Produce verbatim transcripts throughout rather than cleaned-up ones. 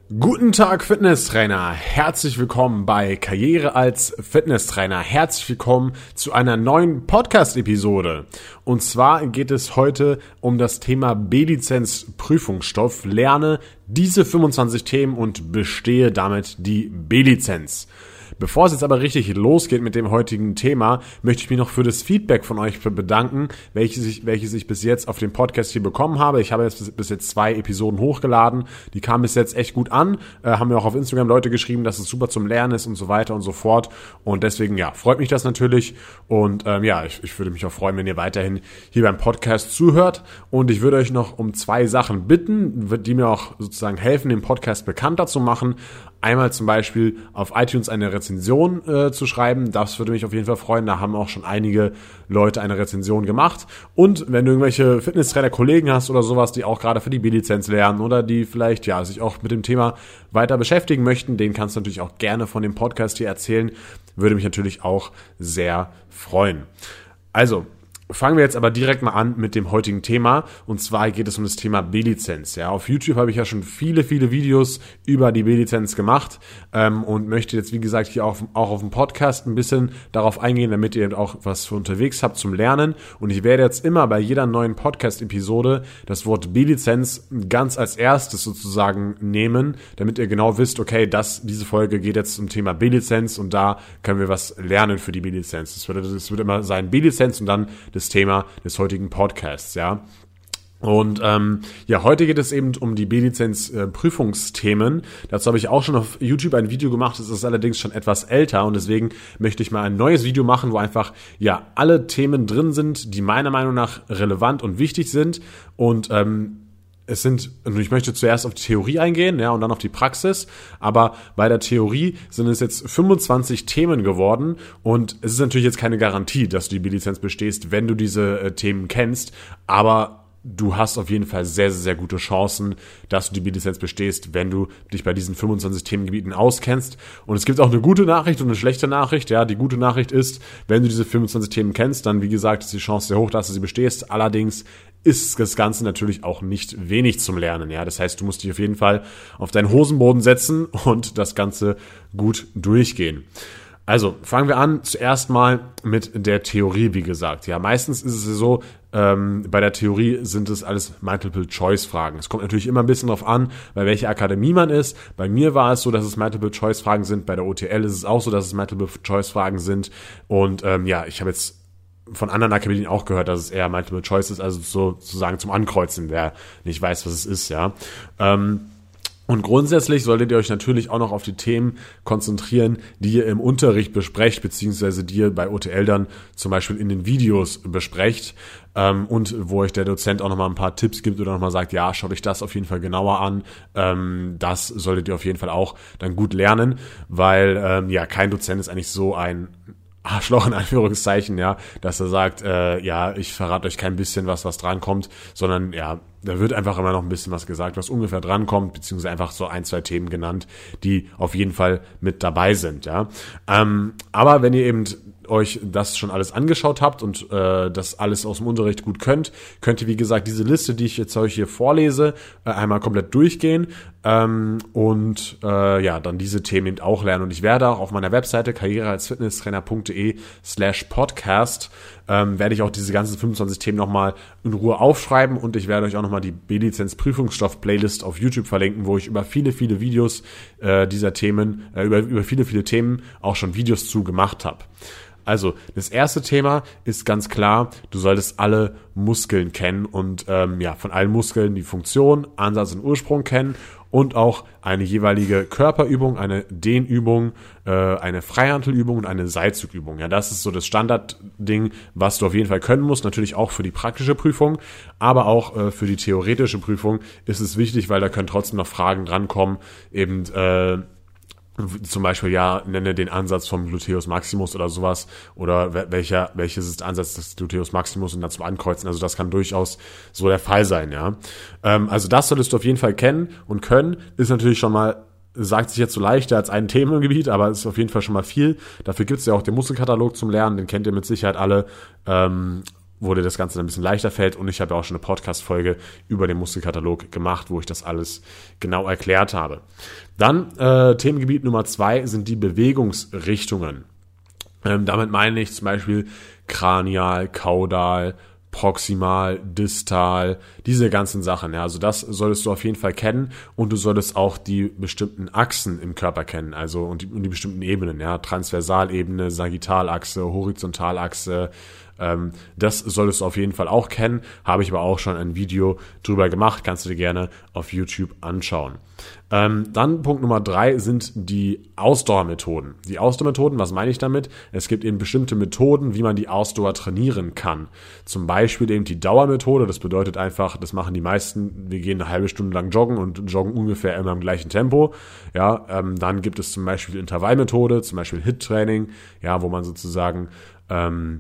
Guten Tag Fitnesstrainer, herzlich willkommen bei Karriere als Fitnesstrainer, herzlich willkommen zu einer neuen Podcast-Episode. Und zwar geht es heute um das Thema B-Lizenz Prüfungsstoff, lerne diese fünfundzwanzig Themen und bestehe damit die B-Lizenz. Bevor es jetzt aber richtig losgeht mit dem heutigen Thema, möchte ich mich noch für das Feedback von euch bedanken, welches ich, welches ich bis jetzt auf dem Podcast hier bekommen habe. Ich habe jetzt bis, bis jetzt zwei Episoden hochgeladen, die kamen bis jetzt echt gut an, äh, haben mir auch auf Instagram Leute geschrieben, dass es super zum Lernen ist und so weiter und so fort. Und deswegen, ja, freut mich das natürlich und ähm, ja, ich, ich würde mich auch freuen, wenn ihr weiterhin hier beim Podcast zuhört. Und ich würde euch noch um zwei Sachen bitten, die mir auch sozusagen helfen, den Podcast bekannter zu machen. Einmal zum Beispiel auf iTunes eine Rezension äh, zu schreiben, das würde mich auf jeden Fall freuen, da haben auch schon einige Leute eine Rezension gemacht. Und wenn du irgendwelche Fitnesstrainer-Kollegen hast oder sowas, die auch gerade für die B-Lizenz lernen oder die vielleicht ja sich auch mit dem Thema weiter beschäftigen möchten, denen kannst du natürlich auch gerne von dem Podcast hier erzählen, würde mich natürlich auch sehr freuen. Also, fangen wir jetzt aber direkt mal an mit dem heutigen Thema, und zwar geht es um das Thema B-Lizenz. Ja, auf YouTube habe ich ja schon viele, viele Videos über die B-Lizenz gemacht ähm, und möchte jetzt, wie gesagt, hier auch, auch auf dem Podcast ein bisschen darauf eingehen, damit ihr auch was für unterwegs habt zum Lernen. Und ich werde jetzt immer bei jeder neuen Podcast-Episode das Wort B-Lizenz ganz als erstes sozusagen nehmen, damit ihr genau wisst, okay, das, diese Folge geht jetzt zum Thema B-Lizenz und da können wir was lernen für die B-Lizenz. Das wird, das wird immer sein B-Lizenz und dann das Thema des heutigen Podcasts, ja. Und ähm, ja, heute geht es eben um die B-Lizenz äh, Prüfungsthemen. Dazu habe ich auch schon auf YouTube ein Video gemacht, das ist allerdings schon etwas älter und deswegen möchte ich mal ein neues Video machen, wo einfach ja alle Themen drin sind, die meiner Meinung nach relevant und wichtig sind. Und ähm, Es sind, also ich möchte zuerst auf die Theorie eingehen, ja, und dann auf die Praxis, aber bei der Theorie sind es jetzt fünfundzwanzig Themen geworden und es ist natürlich jetzt keine Garantie, dass du die B-Lizenz bestehst, wenn du diese äh, Themen kennst, aber du hast auf jeden Fall sehr, sehr, sehr gute Chancen, dass du die B-Lizenz bestehst, wenn du dich bei diesen fünfundzwanzig Themengebieten auskennst. Und es gibt auch eine gute Nachricht und eine schlechte Nachricht. Ja, die gute Nachricht ist, wenn du diese fünfundzwanzig Themen kennst, dann, wie gesagt, ist die Chance sehr hoch, dass du sie bestehst. Allerdings ist das Ganze natürlich auch nicht wenig zum Lernen. Ja, das heißt, du musst dich auf jeden Fall auf deinen Hosenboden setzen und das Ganze gut durchgehen. Also, fangen wir an, zuerst mal mit der Theorie, wie gesagt. Ja, meistens ist es so, ähm, bei der Theorie sind es alles Multiple-Choice-Fragen. Es kommt natürlich immer ein bisschen drauf an, bei welcher Akademie man ist. Bei mir war es so, dass es Multiple-Choice-Fragen sind. Bei der O T L ist es auch so, dass es Multiple-Choice-Fragen sind. Und ähm, ja, ich habe jetzt von anderen Akademien auch gehört, dass es eher Multiple Choice ist, also sozusagen zum Ankreuzen, wer nicht weiß, was es ist, ja. Ähm, Und grundsätzlich solltet ihr euch natürlich auch noch auf die Themen konzentrieren, die ihr im Unterricht besprecht, beziehungsweise die ihr bei O T L dann zum Beispiel in den Videos besprecht, ähm, und wo euch der Dozent auch nochmal ein paar Tipps gibt oder nochmal sagt, ja, schaut euch das auf jeden Fall genauer an. Ähm, das solltet ihr auf jeden Fall auch dann gut lernen, weil ähm, ja, kein Dozent ist eigentlich so ein Arschloch in Anführungszeichen, ja, dass er sagt, äh, ja, ich verrate euch kein bisschen was, was drankommt, sondern ja, da wird einfach immer noch ein bisschen was gesagt, was ungefähr drankommt, beziehungsweise einfach so ein, zwei Themen genannt, die auf jeden Fall mit dabei sind, ja. Ähm, aber wenn ihr eben euch das schon alles angeschaut habt und äh, das alles aus dem Unterricht gut könnt, könnt ihr, wie gesagt, diese Liste, die ich jetzt euch hier vorlese, äh, einmal komplett durchgehen ähm, und äh, ja, dann diese Themen eben auch lernen. Und ich werde auch auf meiner Webseite karriere als fitnesstrainer punkt de slash podcast ähm, werde ich auch diese ganzen fünfundzwanzig Themen nochmal in Ruhe aufschreiben und ich werde euch auch nochmal die B-Lizenz Prüfungsstoff-Playlist auf YouTube verlinken, wo ich über viele, viele Videos äh, dieser Themen, äh, über, über viele, viele Themen auch schon Videos zu gemacht habe. Also, das erste Thema ist ganz klar, du solltest alle Muskeln kennen und ähm, ja, von allen Muskeln die Funktion, Ansatz und Ursprung kennen und auch eine jeweilige Körperübung, eine Dehnübung, äh, eine Freihantelübung und eine Seilzugübung. Ja, das ist so das Standardding, was du auf jeden Fall können musst, natürlich auch für die praktische Prüfung, aber auch äh, für die theoretische Prüfung ist es wichtig, weil da können trotzdem noch Fragen drankommen, eben äh, zum Beispiel, ja, nenne den Ansatz vom Gluteus Maximus oder sowas oder welcher, welches ist der Ansatz des Gluteus Maximus und dazu ankreuzen. Also das kann durchaus so der Fall sein, ja. Ähm, also das solltest du auf jeden Fall kennen und können. Ist natürlich schon mal, sagt sich jetzt so leichter als ein Themengebiet, aber es ist auf jeden Fall schon mal viel. Dafür gibt es ja auch den Muskelkatalog zum Lernen, den kennt ihr mit Sicherheit alle. Ähm, wo dir das Ganze ein bisschen leichter fällt. Und ich habe ja auch schon eine Podcast-Folge über den Muskelkatalog gemacht, wo ich das alles genau erklärt habe. Dann äh, Themengebiet Nummer zwei sind die Bewegungsrichtungen. Ähm, damit meine ich zum Beispiel Kranial, Kaudal, Proximal, Distal, diese ganzen Sachen. Ja, also das solltest du auf jeden Fall kennen und du solltest auch die bestimmten Achsen im Körper kennen, also und die, und die bestimmten Ebenen, ja, Transversalebene, Sagittalachse, Horizontalachse. Ähm, das solltest du auf jeden Fall auch kennen. Habe ich aber auch schon ein Video drüber gemacht, kannst du dir gerne auf YouTube anschauen. Ähm, dann Punkt Nummer drei sind die Ausdauermethoden. Die Ausdauermethoden, was meine ich damit? Es gibt eben bestimmte Methoden, wie man die Ausdauer trainieren kann. Zum Beispiel eben die Dauermethode, das bedeutet einfach, das machen die meisten, wir gehen eine halbe Stunde lang joggen und joggen ungefähr immer im gleichen Tempo. Ja, ähm, dann gibt es zum Beispiel die Intervallmethode, zum Beispiel H I I T-Training, ja, wo man sozusagen ähm,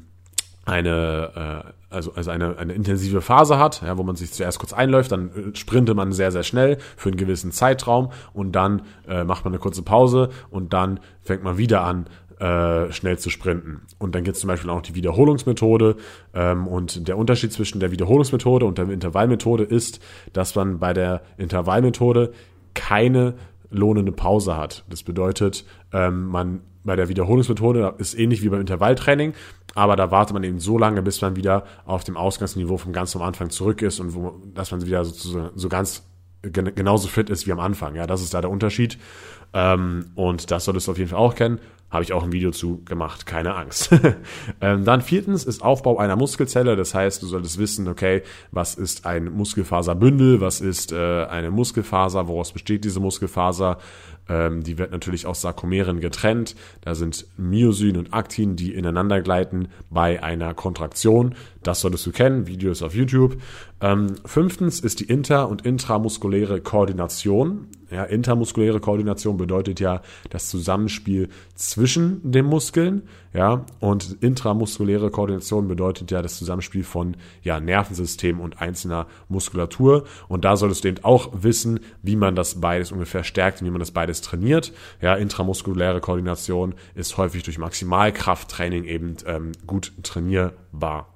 eine äh, also also eine eine intensive Phase hat, ja, wo man sich zuerst kurz einläuft, dann äh, sprintet man sehr sehr schnell für einen gewissen Zeitraum und dann äh, macht man eine kurze Pause und dann fängt man wieder an äh, schnell zu sprinten. Und dann gibt es zum Beispiel auch die Wiederholungsmethode ähm, und der Unterschied zwischen der Wiederholungsmethode und der Intervallmethode ist, dass man bei der Intervallmethode keine lohnende Pause hat. Das bedeutet, ähm, man bei der Wiederholungsmethode ist ähnlich wie beim Intervalltraining, aber da wartet man eben so lange, bis man wieder auf dem Ausgangsniveau vom ganz am Anfang zurück ist und wo, dass man wieder sozusagen so ganz gen- genauso fit ist wie am Anfang. Ja, das ist da der Unterschied. Ähm, und das solltest du auf jeden Fall auch kennen. Habe ich auch ein Video zu gemacht, keine Angst. ähm, dann viertens ist Aufbau einer Muskelzelle. Das heißt, du solltest wissen, okay, was ist ein Muskelfaserbündel, was ist äh, eine Muskelfaser, woraus besteht diese Muskelfaser? Ähm, die wird natürlich aus Sarkomeren getrennt. Da sind Myosin und Aktin, die ineinander gleiten bei einer Kontraktion. Das solltest du kennen. Video ist auf YouTube. Ähm, fünftens ist die inter- und intramuskuläre Koordination. Ja, intermuskuläre Koordination bedeutet ja das Zusammenspiel zwischen den Muskeln, ja, und intramuskuläre Koordination bedeutet ja das Zusammenspiel von ja, Nervensystem und einzelner Muskulatur. Und da solltest du eben auch wissen, wie man das beides ungefähr stärkt und wie man das beides trainiert. Ja, intramuskuläre Koordination ist häufig durch Maximalkrafttraining eben ähm, gut trainierbar.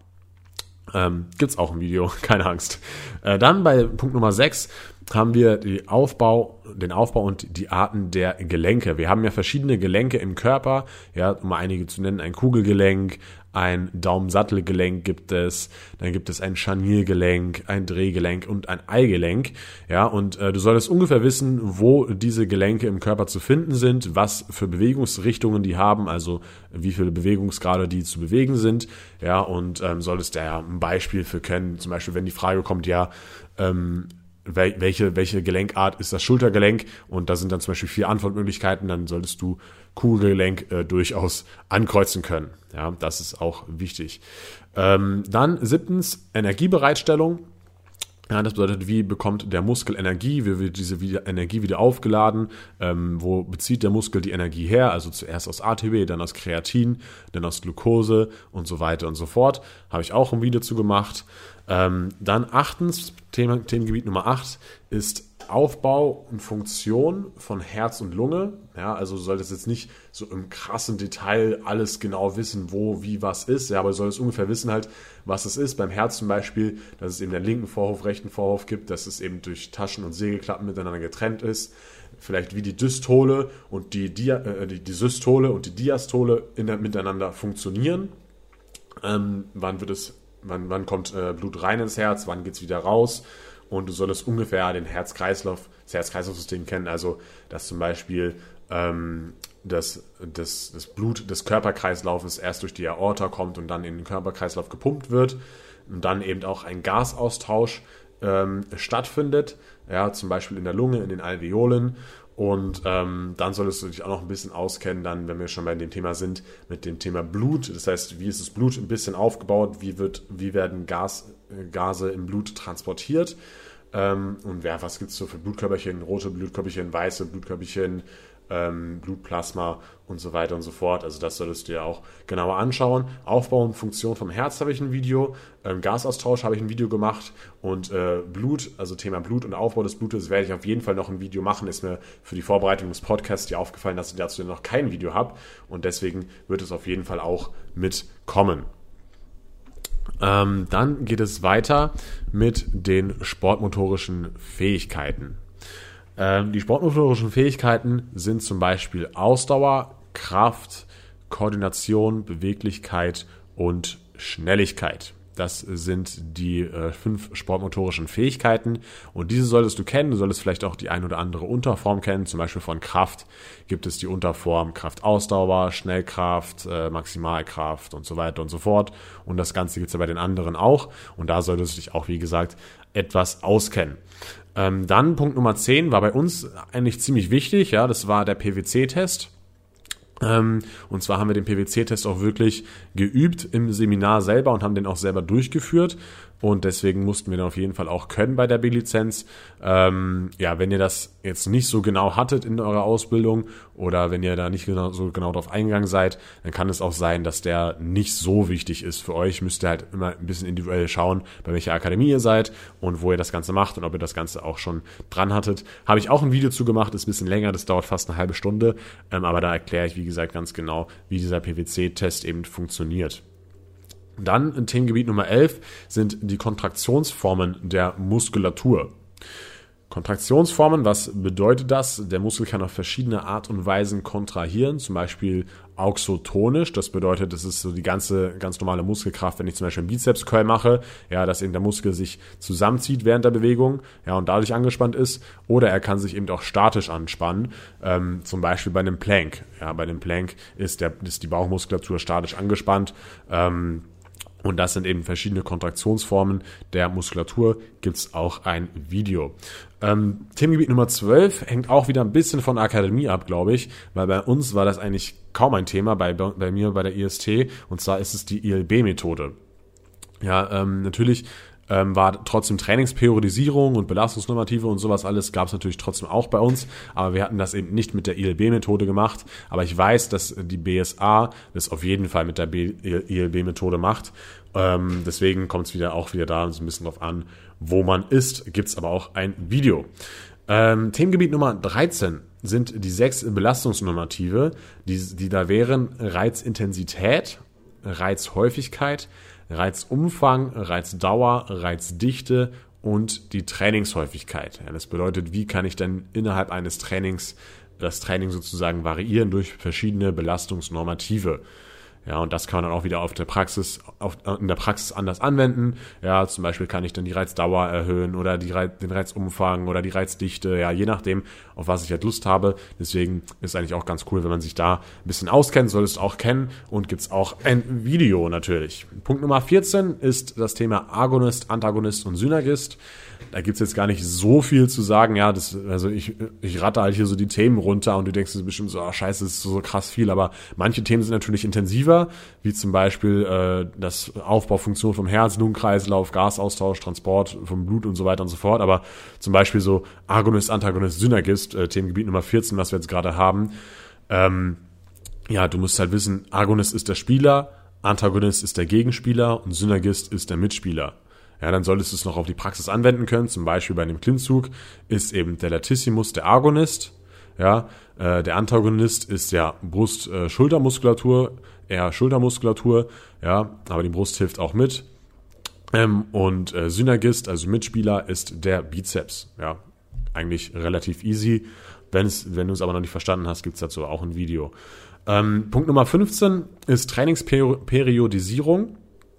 Ähm, gibt's auch ein Video, keine Angst. Äh, dann bei Punkt Nummer sechs haben wir die Aufbau, den Aufbau und die Arten der Gelenke. Wir haben ja verschiedene Gelenke im Körper, ja, um mal einige zu nennen, ein Kugelgelenk, ein Daumensattelgelenk gibt es, dann gibt es ein Scharniergelenk, ein Drehgelenk und ein Eigelenk, ja, und äh, du solltest ungefähr wissen, wo diese Gelenke im Körper zu finden sind, was für Bewegungsrichtungen die haben, also wie viele Bewegungsgrade die zu bewegen sind, ja, und ähm, solltest da ja ein Beispiel für kennen, zum Beispiel, wenn die Frage kommt, ja, ähm, welche, welche Gelenkart ist das Schultergelenk und da sind dann zum Beispiel vier Antwortmöglichkeiten, dann solltest du Kugelgelenk äh, durchaus ankreuzen können. Ja, das ist auch wichtig. Ähm, dann siebtens, Energiebereitstellung. Ja, das bedeutet, wie bekommt der Muskel Energie, wie wird diese wieder, Energie wieder aufgeladen, ähm, wo bezieht der Muskel die Energie her, also zuerst aus A T P, dann aus Kreatin, dann aus Glucose und so weiter und so fort. Habe ich auch ein Video zu gemacht. Ähm, dann achtens, Thema, Themengebiet Nummer acht ist Aufbau und Funktion von Herz und Lunge. Ja, also du solltest jetzt nicht so im krassen Detail alles genau wissen, wo, wie, was ist. Ja, aber du solltest ungefähr wissen halt, was es ist. Beim Herz zum Beispiel, dass es eben den linken Vorhof, rechten Vorhof gibt, dass es eben durch Taschen- und Segelklappen miteinander getrennt ist. Vielleicht wie die Dystole und die, Dia, äh, die, die Systole und die Diastole in der, miteinander funktionieren. Ähm, wann wird es, wann, wann kommt äh, Blut rein ins Herz, wann geht es wieder raus? Und du solltest ungefähr den Herz-Kreislauf, das Herz-Kreislauf-System kennen, also dass zum Beispiel ähm, das, das, das Blut des Körperkreislaufes erst durch die Aorta kommt und dann in den Körperkreislauf gepumpt wird und dann eben auch ein Gasaustausch ähm, stattfindet, ja, zum Beispiel in der Lunge, in den Alveolen. Und ähm, dann solltest du dich auch noch ein bisschen auskennen, dann, wenn wir schon bei dem Thema sind, mit dem Thema Blut. Das heißt, wie ist das Blut ein bisschen aufgebaut, wie wird, wie werden Gas, äh, Gase im Blut transportiert ähm, und ja, was gibt es so für Blutkörperchen, rote Blutkörperchen, weiße Blutkörperchen, ähm, Blutplasma und so weiter und so fort. Also das solltest du dir auch genauer anschauen. Aufbau und Funktion vom Herz habe ich ein Video, ähm, Gasaustausch habe ich ein Video gemacht und äh, Blut, also Thema Blut und Aufbau des Blutes werde ich auf jeden Fall noch ein Video machen. Ist mir für die Vorbereitung des Podcasts hier aufgefallen, dass ich dazu noch kein Video habe und deswegen wird es auf jeden Fall auch mitkommen. Ähm, dann geht es weiter mit den sportmotorischen Fähigkeiten. Ähm, die sportmotorischen Fähigkeiten sind zum Beispiel Ausdauer, Kraft, Koordination, Beweglichkeit und Schnelligkeit. Das sind die äh, fünf sportmotorischen Fähigkeiten und diese solltest du kennen. Du solltest vielleicht auch die ein oder andere Unterform kennen. Zum Beispiel von Kraft gibt es die Unterform Kraft-Ausdauer, Schnellkraft, äh, Maximalkraft und so weiter und so fort. Und das Ganze gibt es ja bei den anderen auch. Und da solltest du dich auch, wie gesagt, etwas auskennen. Ähm, dann Punkt Nummer zehn war bei uns eigentlich ziemlich wichtig. Ja, das war der P W C-Test. Und zwar haben wir den P W C-Test auch wirklich geübt im Seminar selber und haben den auch selber durchgeführt. Und deswegen mussten wir den auf jeden Fall auch können bei der B-Lizenz. Ähm, ja, wenn ihr das jetzt nicht so genau hattet in eurer Ausbildung oder wenn ihr da nicht genau, so genau drauf eingegangen seid, dann kann es auch sein, dass der nicht so wichtig ist für euch. Müsst ihr halt immer ein bisschen individuell schauen, bei welcher Akademie ihr seid und wo ihr das Ganze macht und ob ihr das Ganze auch schon dran hattet. Habe ich auch ein Video zu gemacht, ist ein bisschen länger, das dauert fast eine halbe Stunde. Ähm, aber da erkläre ich, wie gesagt, ganz genau, wie dieser P W C-Test eben funktioniert. Dann in Themengebiet Nummer elf sind die Kontraktionsformen der Muskulatur. Kontraktionsformen, was bedeutet das? Der Muskel kann auf verschiedene Art und Weisen kontrahieren, zum Beispiel auxotonisch. Das bedeutet, das ist so die ganze ganz normale Muskelkraft, wenn ich zum Beispiel einen Bizeps-Curl mache, ja, dass eben der Muskel sich zusammenzieht während der Bewegung, ja, und dadurch angespannt ist. Oder er kann sich eben auch statisch anspannen, ähm, zum Beispiel bei einem Plank. Ja, bei einem Plank ist, der, ist die Bauchmuskulatur statisch angespannt. Ähm, Und das sind eben verschiedene Kontraktionsformen der Muskulatur. Gibt es auch ein Video. Ähm, Themengebiet Nummer zwölf hängt auch wieder ein bisschen von der Akademie ab, glaube ich, weil bei uns war das eigentlich kaum ein Thema, bei, bei mir bei der I S T. Und zwar ist es die I L B-Methode. Ja, ähm, natürlich ähm, war trotzdem Trainingsperiodisierung und Belastungsnormative und sowas alles gab es natürlich trotzdem auch bei uns, aber wir hatten das eben nicht mit der I L B-Methode gemacht, aber ich weiß, dass die B S A das auf jeden Fall mit der I L B-Methode macht, ähm, deswegen kommt es wieder auch wieder da so ein bisschen drauf an, wo man ist, gibt es aber auch ein Video. Ähm, Themengebiet Nummer dreizehn sind die sechs Belastungsnormative, die, die da wären Reizintensität, Reizhäufigkeit, Reizumfang, Reizdauer, Reizdichte und die Trainingshäufigkeit. Ja, das bedeutet, wie kann ich denn innerhalb eines Trainings das Training sozusagen variieren durch verschiedene Belastungsnormative. Ja, und das kann man dann auch wieder auf der Praxis, auf, in der Praxis anders anwenden. Ja, zum Beispiel kann ich dann die Reizdauer erhöhen oder die Reiz, den Reizumfang oder die Reizdichte, ja, je nachdem, auf was ich halt Lust habe. Deswegen ist eigentlich auch ganz cool, wenn man sich da ein bisschen auskennt, solltest du auch kennen und gibt's auch ein Video natürlich. Punkt Nummer vierzehn ist das Thema Agonist, Antagonist und Synergist. Da gibt's jetzt gar nicht so viel zu sagen. Ja, das, also ich, ich ratte halt hier so die Themen runter und du denkst dir bestimmt so, ah, scheiße, das ist so krass viel. Aber manche Themen sind natürlich intensiver, wie zum Beispiel äh, das Aufbaufunktion vom Herz, Lungenkreislauf, Gasaustausch, Transport vom Blut und so weiter und so fort. Aber zum Beispiel so Agonist, Antagonist, Synergist, äh, Themengebiet Nummer vierzehn, was wir jetzt gerade haben. Ähm, ja, du musst halt wissen, Agonist ist der Spieler, Antagonist ist der Gegenspieler und Synergist ist der Mitspieler. Ja, dann solltest du es noch auf die Praxis anwenden können. Zum Beispiel bei einem Klimmzug ist eben der Latissimus der Agonist. Ja, äh, der Antagonist ist ja Brust-Schultermuskulatur, äh, eher Schultermuskulatur. Ja, aber die Brust hilft auch mit. Ähm, und äh, Synergist, also Mitspieler, ist der Bizeps. Ja, eigentlich relativ easy. Wenn es, wenn du es aber noch nicht verstanden hast, gibt es dazu auch ein Video. Ähm, Punkt Nummer fünfzehn ist Trainingsperiodisierung.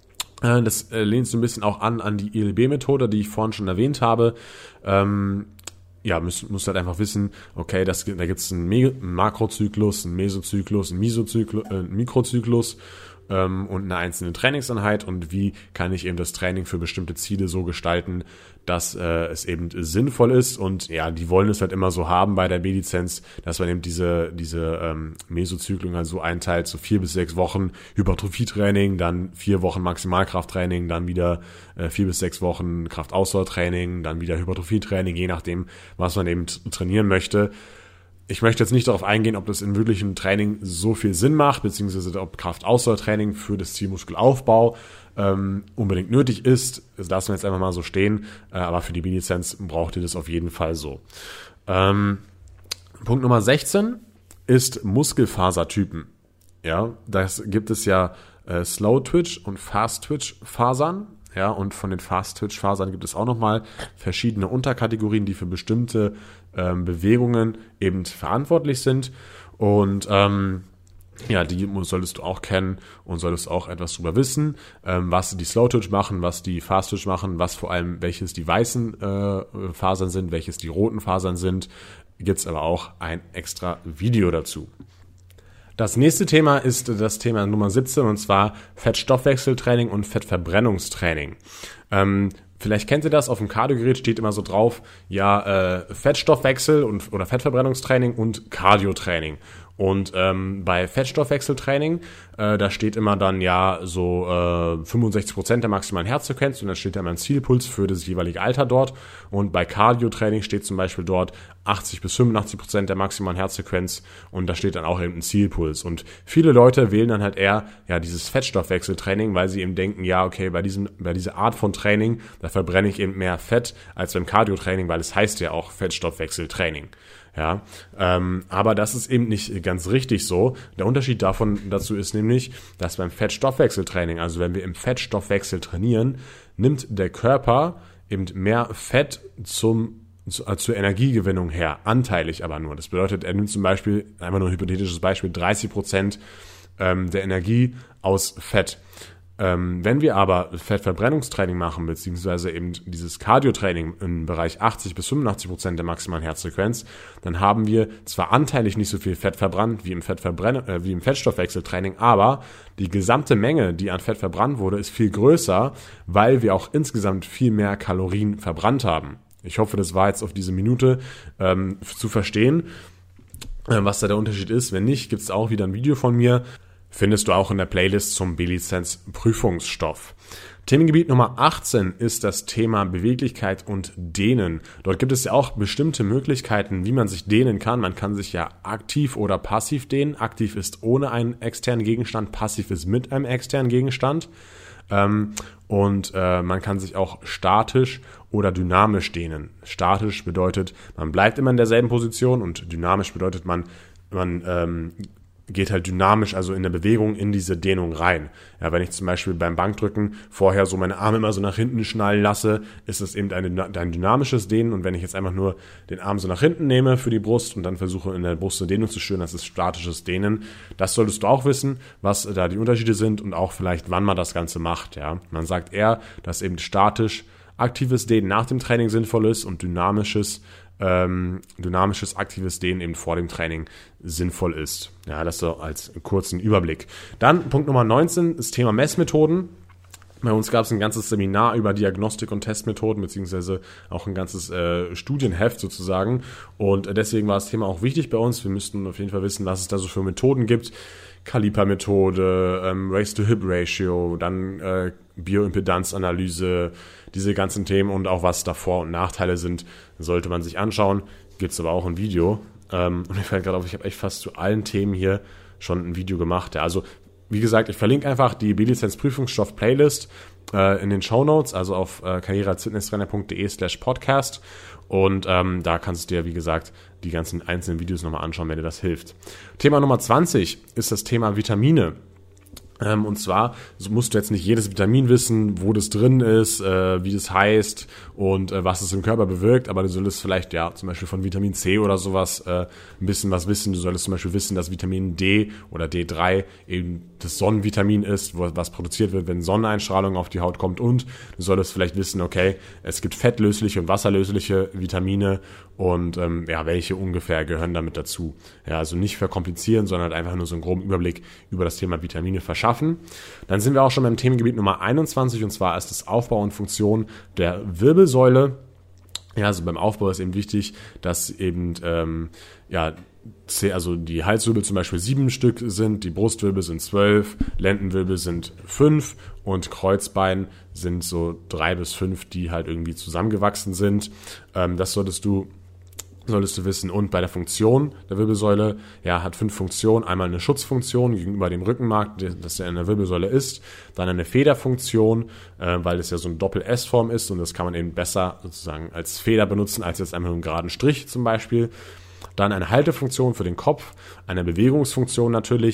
Das lehnt so ein bisschen auch an an die I L B-Methode, die ich vorhin schon erwähnt habe. Ähm, ja, musst, musst halt einfach wissen, okay, das, da gibt es einen, Me- einen Makrozyklus, einen Mesozyklus, einen Mesozyklus, äh, einen Mikrozyklus ähm, und eine einzelne Trainingseinheit und wie kann ich eben das Training für bestimmte Ziele so gestalten, dass äh, es eben sinnvoll ist und ja, die wollen es halt immer so haben bei der B-Lizenz, dass man eben diese diese ähm, Mesozyklen halt so einteilt, so vier bis sechs Wochen Hypertrophietraining, dann vier Wochen Maximalkrafttraining, dann wieder äh, vier bis sechs Wochen Kraftausdauertraining, dann wieder Hypertrophietraining, je nachdem, was man eben trainieren möchte. Ich möchte jetzt nicht darauf eingehen, ob das in wirklichem Training so viel Sinn macht, beziehungsweise ob Kraftausdauertraining für das Zielmuskelaufbau ähm, unbedingt nötig ist. Das lassen wir jetzt einfach mal so stehen, äh, aber für die B-Lizenz braucht ihr das auf jeden Fall so. Ähm, Punkt Nummer sechzehn ist Muskelfasertypen. Ja, das gibt es ja äh, Slow-Twitch und Fast-Twitch-Fasern. Ja, und von den Fast-Twitch-Fasern gibt es auch nochmal verschiedene Unterkategorien, die für bestimmte ähm, Bewegungen eben verantwortlich sind. Und ähm, ja, die solltest du auch kennen und solltest auch etwas darüber wissen, ähm, was die Slow-Twitch machen, was die Fast-Twitch machen, was vor allem, welches die weißen äh, Fasern sind, welches die roten Fasern sind. Gibt es aber auch ein extra Video dazu. Das nächste Thema ist das Thema Nummer siebzehn, und zwar Fettstoffwechseltraining und Fettverbrennungstraining. Ähm, vielleicht kennt ihr das, auf dem Cardiogerät steht immer so drauf, ja, äh, Fettstoffwechsel und oder Fettverbrennungstraining und Cardiotraining. Und ähm, bei Fettstoffwechseltraining, äh, da steht immer dann ja so äh, fünfundsechzig Prozent der maximalen Herzfrequenz und dann steht da immer ein Zielpuls für das jeweilige Alter dort. Und bei Cardiotraining steht zum Beispiel dort achtzig bis fünfundachtzig Prozent der maximalen Herzfrequenz und da steht dann auch eben ein Zielpuls. Und viele Leute wählen dann halt eher ja dieses Fettstoffwechseltraining, weil sie eben denken, ja okay, bei diesem bei dieser Art von Training, da verbrenne ich eben mehr Fett als beim Cardiotraining, weil es heißt ja auch Fettstoffwechseltraining. Ja, ähm, aber das ist eben nicht ganz richtig so. Der Unterschied davon dazu ist nämlich, dass beim Fettstoffwechseltraining, also wenn wir im Fettstoffwechsel trainieren, nimmt der Körper eben mehr Fett zum zu, äh, zur Energiegewinnung her, anteilig aber nur. Das bedeutet, er nimmt zum Beispiel, einfach nur ein hypothetisches Beispiel, dreißig Prozent ähm, der Energie aus Fett. Ähm, wenn wir aber Fettverbrennungstraining machen, beziehungsweise eben dieses Cardiotraining im Bereich achtzig bis fünfundachtzig Prozent der maximalen Herzfrequenz, dann haben wir zwar anteilig nicht so viel Fett verbrannt wie im, Fettverbrenn- äh, wie im Fettstoffwechseltraining, aber die gesamte Menge, die an Fett verbrannt wurde, ist viel größer, weil wir auch insgesamt viel mehr Kalorien verbrannt haben. Ich hoffe, das war jetzt auf diese Minute ähm, zu verstehen, äh, was da der Unterschied ist. Wenn nicht, gibt es auch wieder ein Video von mir. Findest du auch in der Playlist zum B-Lizenz-Prüfungsstoff. Themengebiet Nummer achtzehn ist das Thema Beweglichkeit und Dehnen. Dort gibt es ja auch bestimmte Möglichkeiten, wie man sich dehnen kann. Man kann sich ja aktiv oder passiv dehnen. Aktiv ist ohne einen externen Gegenstand, passiv ist mit einem externen Gegenstand. Ähm, und äh, man kann sich auch statisch oder dynamisch dehnen. Statisch bedeutet, man bleibt immer in derselben Position und dynamisch bedeutet, man, man ähm, geht halt dynamisch, also in der Bewegung, in diese Dehnung rein. Ja, wenn ich zum Beispiel beim Bankdrücken vorher so meine Arme immer so nach hinten schnallen lasse, ist das eben ein, ein dynamisches Dehnen. Und wenn ich jetzt einfach nur den Arm so nach hinten nehme für die Brust und dann versuche in der Brust eine Dehnung zu stören, das ist statisches Dehnen. Das solltest du auch wissen, was da die Unterschiede sind und auch vielleicht, wann man das Ganze macht. Ja, man sagt eher, dass eben statisch aktives Dehnen nach dem Training sinnvoll ist und dynamisches Ähm, dynamisches, aktives Dehnen eben vor dem Training sinnvoll ist. Ja, das so als kurzen Überblick. Dann Punkt Nummer neunzehn, das Thema Messmethoden. Bei uns gab es ein ganzes Seminar über Diagnostik und Testmethoden, beziehungsweise auch ein ganzes äh, Studienheft sozusagen. Und deswegen war das Thema auch wichtig bei uns. Wir müssten auf jeden Fall wissen, was es da so für Methoden gibt. Kalipermethode, ähm, Race-to-Hip-Ratio, dann äh, Bioimpedanzanalyse, diese ganzen Themen und auch was da Vor- und Nachteile sind, sollte man sich anschauen. Gibt es aber auch ein Video. Ähm, und mir fällt gerade auf, ich habe echt fast zu allen Themen hier schon ein Video gemacht. Ja, also wie gesagt, ich verlinke einfach die B-Lizenz-Prüfungsstoff-Playlist äh, in den Shownotes, also auf äh, karriere als fitnesstrainer punkt de slash podcast. Und ähm, da kannst du dir, wie gesagt, die ganzen einzelnen Videos nochmal anschauen, wenn dir das hilft. Thema Nummer zwanzig ist das Thema Vitamine. Ähm, und zwar musst du jetzt nicht jedes Vitamin wissen, wo das drin ist, äh, wie das heißt und äh, was es im Körper bewirkt, aber du solltest vielleicht ja zum Beispiel von Vitamin C oder sowas äh, ein bisschen was wissen. Du solltest zum Beispiel wissen, dass Vitamin D oder D drei eben das Sonnenvitamin ist, wo, was produziert wird, wenn Sonneneinstrahlung auf die Haut kommt, und du solltest vielleicht wissen, okay, es gibt fettlösliche und wasserlösliche Vitamine und ähm, ja, welche ungefähr gehören damit dazu. Ja, also nicht verkomplizieren, sondern einfach nur so einen groben Überblick über das Thema Vitamine verschaffen. Dann sind wir auch schon beim Themengebiet Nummer einundzwanzig, und zwar ist das Aufbau und Funktion der Wirbelsäule. Ja, also beim Aufbau ist eben wichtig, dass eben ähm, ja also die Halswirbel zum Beispiel sieben Stück sind, die Brustwirbel sind zwölf, Lendenwirbel sind fünf und Kreuzbein sind so drei bis fünf, die halt irgendwie zusammengewachsen sind. Ähm, das solltest du solltest du wissen. Und bei der Funktion der Wirbelsäule, ja, hat fünf Funktionen. Einmal eine Schutzfunktion gegenüber dem Rückenmark, das ja in der Wirbelsäule ist. Dann eine Federfunktion, äh, weil es ja so eine Doppel-S-Form ist und das kann man eben besser sozusagen als Feder benutzen, als jetzt einfach nur einen geraden Strich zum Beispiel. Dann eine Haltefunktion für den Kopf, eine Bewegungsfunktion natürlich,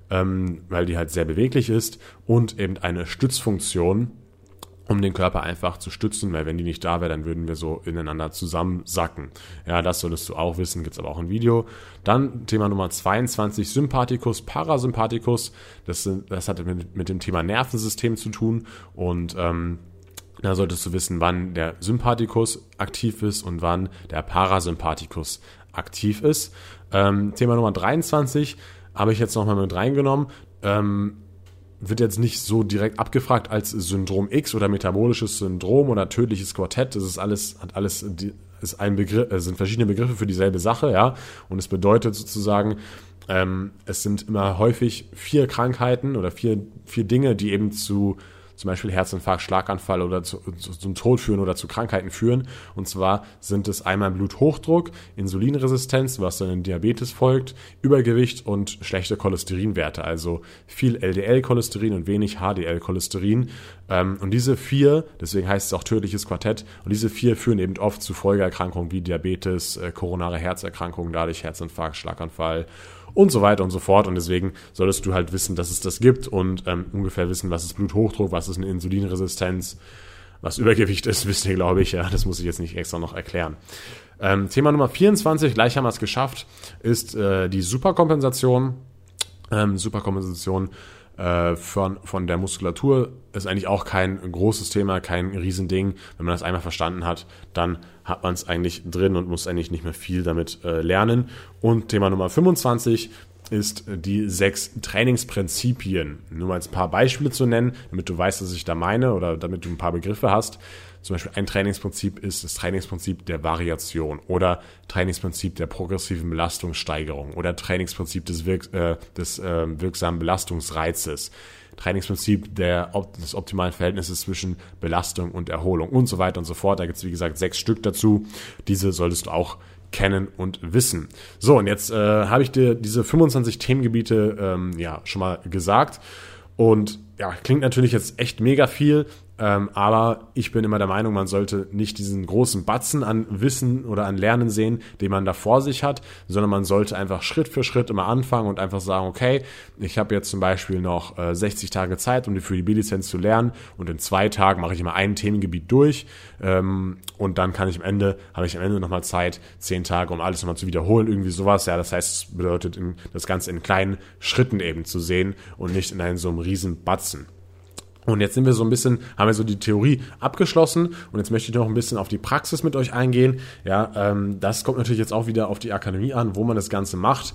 ähm, weil die halt sehr beweglich ist und eben eine Stützfunktion, um den Körper einfach zu stützen, weil wenn die nicht da wäre, dann würden wir so ineinander zusammensacken. Ja, das solltest du auch wissen, gibt's aber auch ein Video. Dann Thema Nummer zweiundzwanzig, Sympathikus, Parasympathikus. Das, sind, das hat mit, mit dem Thema Nervensystem zu tun und ähm, da solltest du wissen, wann der Sympathikus aktiv ist und wann der Parasympathikus aktiv ist. Ähm, Thema Nummer dreiundzwanzig habe ich jetzt nochmal mit reingenommen. Ähm, wird jetzt nicht so direkt abgefragt als Syndrom X oder metabolisches Syndrom oder tödliches Quartett. Das ist alles, hat alles, ist ein Begriff, sind verschiedene Begriffe für dieselbe Sache, ja. Und es bedeutet sozusagen, ähm, es sind immer häufig vier Krankheiten oder vier, vier Dinge, die eben zu zum Beispiel Herzinfarkt, Schlaganfall oder zu, zu, zum Tod führen oder zu Krankheiten führen. Und zwar sind es einmal Bluthochdruck, Insulinresistenz, was dann in Diabetes folgt, Übergewicht und schlechte Cholesterinwerte, also viel L D L-Cholesterin und wenig H D L-Cholesterin. Ähm, und diese vier, deswegen heißt es auch tödliches Quartett, und diese vier führen eben oft zu Folgeerkrankungen wie Diabetes, äh, koronare Herzerkrankungen, dadurch Herzinfarkt, Schlaganfall und so weiter und so fort. Und deswegen solltest du halt wissen, dass es das gibt und ähm, ungefähr wissen, was ist Bluthochdruck, was ist eine Insulinresistenz, was Übergewicht ist, wisst ihr, glaube ich. Ja, das muss ich jetzt nicht extra noch erklären. Ähm, Thema Nummer vierundzwanzig, gleich haben wir es geschafft, ist äh, die Superkompensation. Ähm, Superkompensation äh, von, von der Muskulatur ist eigentlich auch kein großes Thema, kein Riesending. Wenn man das einmal verstanden hat, dann hat man es eigentlich drin und muss eigentlich nicht mehr viel damit äh, lernen. Und Thema Nummer fünfundzwanzig ist die sechs Trainingsprinzipien. Nur mal ein paar Beispiele zu nennen, damit du weißt, was ich da meine oder damit du ein paar Begriffe hast. Zum Beispiel ein Trainingsprinzip ist das Trainingsprinzip der Variation oder Trainingsprinzip der progressiven Belastungssteigerung oder Trainingsprinzip des, Wirk- äh, des äh, wirksamen Belastungsreizes. Trainingsprinzip der, des optimalen Verhältnisses zwischen Belastung und Erholung und so weiter und so fort. Da gibt es, wie gesagt, sechs Stück dazu. Diese solltest du auch kennen und wissen. So, und jetzt äh, habe ich dir diese fünfundzwanzig Themengebiete ähm, ja schon mal gesagt. Und ja, klingt natürlich jetzt echt mega viel, ähm, aber ich bin immer der Meinung, man sollte nicht diesen großen Batzen an Wissen oder an Lernen sehen, den man da vor sich hat, sondern man sollte einfach Schritt für Schritt immer anfangen und einfach sagen, okay, ich habe jetzt zum Beispiel noch äh, sechzig Tage Zeit, um für die B-Lizenz zu lernen und in zwei Tagen mache ich immer ein Themengebiet durch ähm, und dann kann ich am Ende, habe ich am Ende nochmal Zeit, zehn Tage, um alles nochmal zu wiederholen, irgendwie sowas. Ja, das heißt, es bedeutet, in, das Ganze in kleinen Schritten eben zu sehen und nicht in einem so einem riesen Batzen. Und jetzt sind wir so ein bisschen, haben wir so die Theorie abgeschlossen und jetzt möchte ich noch ein bisschen auf die Praxis mit euch eingehen. Ja, ähm, das kommt natürlich jetzt auch wieder auf die Akademie an, wo man das Ganze macht,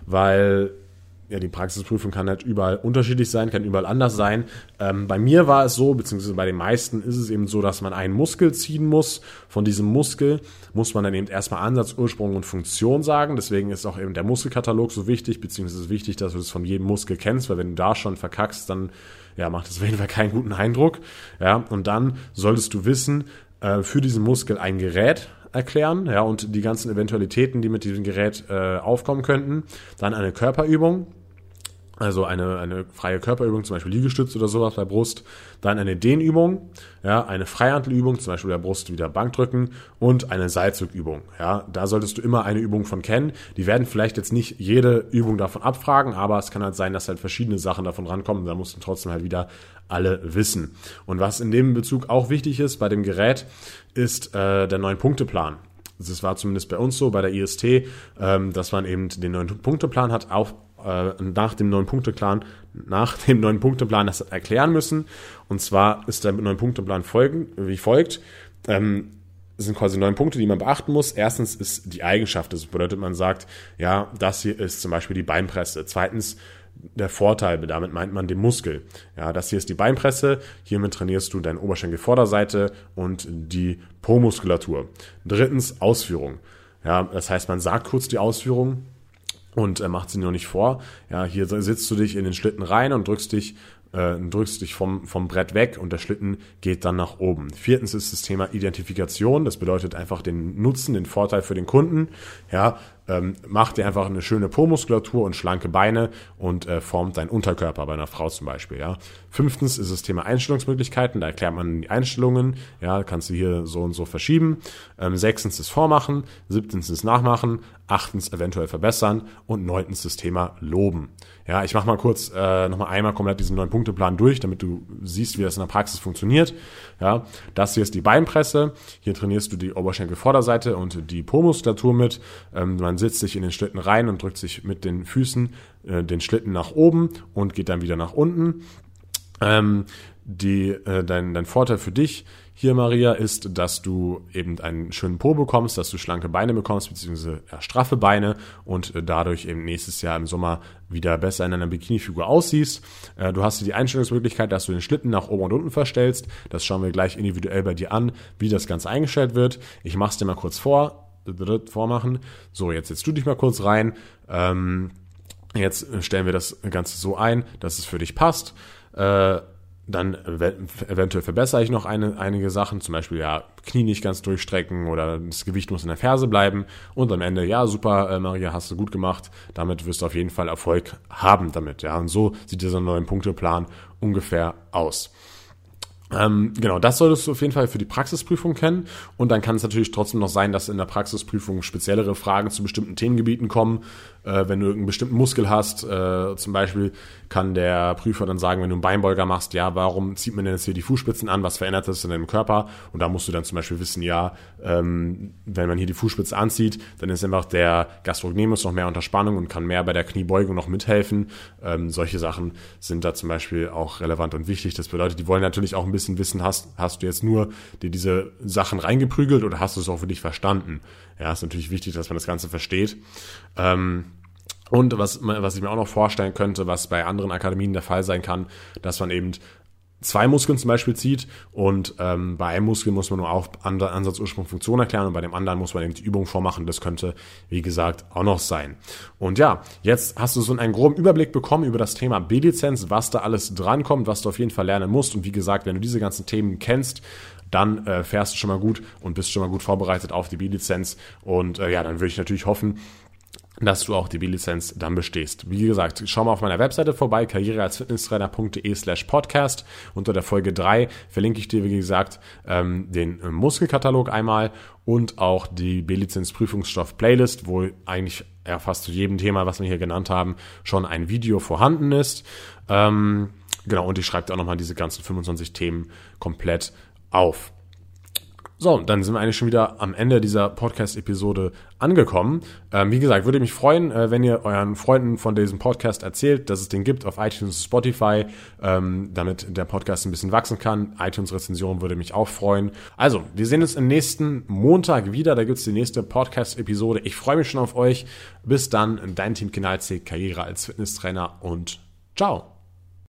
weil ja, die Praxisprüfung kann halt überall unterschiedlich sein, kann überall anders sein. Ähm, bei mir war es so, beziehungsweise bei den meisten ist es eben so, dass man einen Muskel ziehen muss. Von diesem Muskel muss man dann eben erstmal Ansatz, Ursprung und Funktion sagen. Deswegen ist auch eben der Muskelkatalog so wichtig, beziehungsweise ist wichtig, dass du das von jedem Muskel kennst, weil wenn du da schon verkackst, dann ja, macht das auf jeden Fall keinen guten Eindruck. Ja, und dann solltest du wissen, äh, für diesen Muskel ein Gerät erklären, ja, und die ganzen Eventualitäten, die mit diesem Gerät äh, aufkommen könnten. Dann eine Körperübung, also eine, eine freie Körperübung, zum Beispiel Liegestütz oder sowas bei Brust. Dann eine Dehnübung, ja, eine Freihantelübung, zum Beispiel bei der Brust wieder Bankdrücken und eine Seilzugübung. Ja, da solltest du immer eine Übung von kennen. Die werden vielleicht jetzt nicht jede Übung davon abfragen, aber es kann halt sein, dass halt verschiedene Sachen davon rankommen. Da musst du trotzdem halt wieder alle wissen. Und was in dem Bezug auch wichtig ist bei dem Gerät, ist äh, der neun-Punkte-Plan. Das war zumindest bei uns so, bei der I S T, ähm, dass man eben den neun-Punkte-Plan hat, auch nach dem neun-Punkte-Plan, nach dem neun-Punkte-Plan das erklären müssen. Und zwar ist der neun-Punkte-Plan folgen, wie folgt. Ähm, es sind quasi neun Punkte, die man beachten muss. Erstens ist die Eigenschaft. Das bedeutet, man sagt, ja, das hier ist zum Beispiel die Beinpresse. Zweitens der Vorteil, damit meint man den Muskel. Ja, das hier ist die Beinpresse. Hiermit trainierst du deine Oberschenkelvorderseite und die Po-Muskulatur. Drittens Ausführung. Ja, das heißt, man sagt kurz die Ausführung und äh, macht sie noch nicht vor. Ja, hier sitzt du dich in den Schlitten rein und drückst dich, äh, drückst dich vom, vom Brett weg und der Schlitten geht dann nach oben. Viertens ist das Thema Identifikation. Das bedeutet einfach den Nutzen, den Vorteil für den Kunden. Ja, ähm, macht dir einfach eine schöne Po-Muskulatur und schlanke Beine und äh, formt deinen Unterkörper bei einer Frau zum Beispiel. Ja. Fünftens ist das Thema Einstellungsmöglichkeiten. Da erklärt man die Einstellungen. Ja, kannst du hier so und so verschieben. Ähm, sechstens ist Vormachen. Siebtens ist Nachmachen. Achtens eventuell verbessern. Und neuntens das Thema Loben. Ja, ich mache mal kurz äh, nochmal einmal komplett diesen neun Punkte Plan durch, damit du siehst, wie das in der Praxis funktioniert. Ja, das hier ist die Beinpresse. Hier trainierst du die Oberschenkelvorderseite und die Po-Muskulatur mit. Ähm, man sitzt sich in den Schlitten rein und drückt sich mit den Füßen äh, den Schlitten nach oben und geht dann wieder nach unten. Ähm, die, äh, dein, dein Vorteil für dich hier, Maria, ist, dass du eben einen schönen Po bekommst, dass du schlanke Beine bekommst, beziehungsweise ja, straffe Beine und äh, dadurch eben nächstes Jahr im Sommer wieder besser in einer Bikini-Figur aussiehst. Äh, du hast hier die Einstellungsmöglichkeit, dass du den Schlitten nach oben und unten verstellst. Das schauen wir gleich individuell bei dir an, wie das Ganze eingestellt wird. Ich mache es dir mal kurz vor, vormachen. So, jetzt setzt du dich mal kurz rein. Ähm, jetzt stellen wir das Ganze so ein, dass es für dich passt. Äh, Dann eventuell verbessere ich noch eine, einige Sachen, zum Beispiel ja Knie nicht ganz durchstrecken oder das Gewicht muss in der Ferse bleiben und am Ende, ja super, äh, Maria, hast du gut gemacht, damit wirst du auf jeden Fall Erfolg haben damit. Ja, und so sieht dieser neun Punkte Plan ungefähr aus. Ähm, genau, das solltest du auf jeden Fall für die Praxisprüfung kennen und dann kann es natürlich trotzdem noch sein, dass in der Praxisprüfung speziellere Fragen zu bestimmten Themengebieten kommen. Äh, wenn du irgendeinen bestimmten Muskel hast, äh, zum Beispiel kann der Prüfer dann sagen, wenn du einen Beinbeuger machst, ja, warum zieht man denn jetzt hier die Fußspitzen an, was verändert das in deinem Körper? Und da musst du dann zum Beispiel wissen, ja, ähm, wenn man hier die Fußspitze anzieht, dann ist einfach der Gastrocnemius noch mehr unter Spannung und kann mehr bei der Kniebeugung noch mithelfen. Ähm, solche Sachen sind da zum Beispiel auch relevant und wichtig. Das bedeutet, die wollen natürlich auch ein bisschen wissen, hast, hast du jetzt nur dir diese Sachen reingeprügelt oder hast du es auch für dich verstanden? Ja, ist natürlich wichtig, dass man das Ganze versteht. Ähm, und was, was ich mir auch noch vorstellen könnte, was bei anderen Akademien der Fall sein kann, dass man eben zwei Muskeln zum Beispiel zieht und ähm, bei einem Muskel muss man nur auch Ansatz, Ursprung, Funktion erklären und bei dem anderen muss man eben die Übung vormachen. Das könnte, wie gesagt, auch noch sein. Und ja, jetzt hast du so einen groben Überblick bekommen über das Thema B-Lizenz, was da alles drankommt, was du auf jeden Fall lernen musst. Und wie gesagt, wenn du diese ganzen Themen kennst, dann äh, fährst du schon mal gut und bist schon mal gut vorbereitet auf die B-Lizenz. Und äh, ja, dann würde ich natürlich hoffen, dass du auch die B-Lizenz dann bestehst. Wie gesagt, schau mal auf meiner Webseite vorbei, karriere als fitnesstrainer punkt de slash podcast. Unter der Folge drei verlinke ich dir, wie gesagt, ähm, den Muskelkatalog einmal und auch die B-Lizenz-Prüfungsstoff-Playlist, wo eigentlich ja, fast zu jedem Thema, was wir hier genannt haben, schon ein Video vorhanden ist. Ähm, genau, und ich schreibe dir auch nochmal diese ganzen fünfundzwanzig Themen komplett auf. So, dann sind wir eigentlich schon wieder am Ende dieser Podcast-Episode angekommen. Ähm, wie gesagt, würde mich freuen, äh, wenn ihr euren Freunden von diesem Podcast erzählt, dass es den gibt auf iTunes und Spotify, ähm, damit der Podcast ein bisschen wachsen kann. iTunes-Rezension würde mich auch freuen. Also, wir sehen uns am nächsten Montag wieder. Da gibt's die nächste Podcast-Episode. Ich freue mich schon auf euch. Bis dann, dein Team Kinalzig, Karriere als Fitnesstrainer und ciao.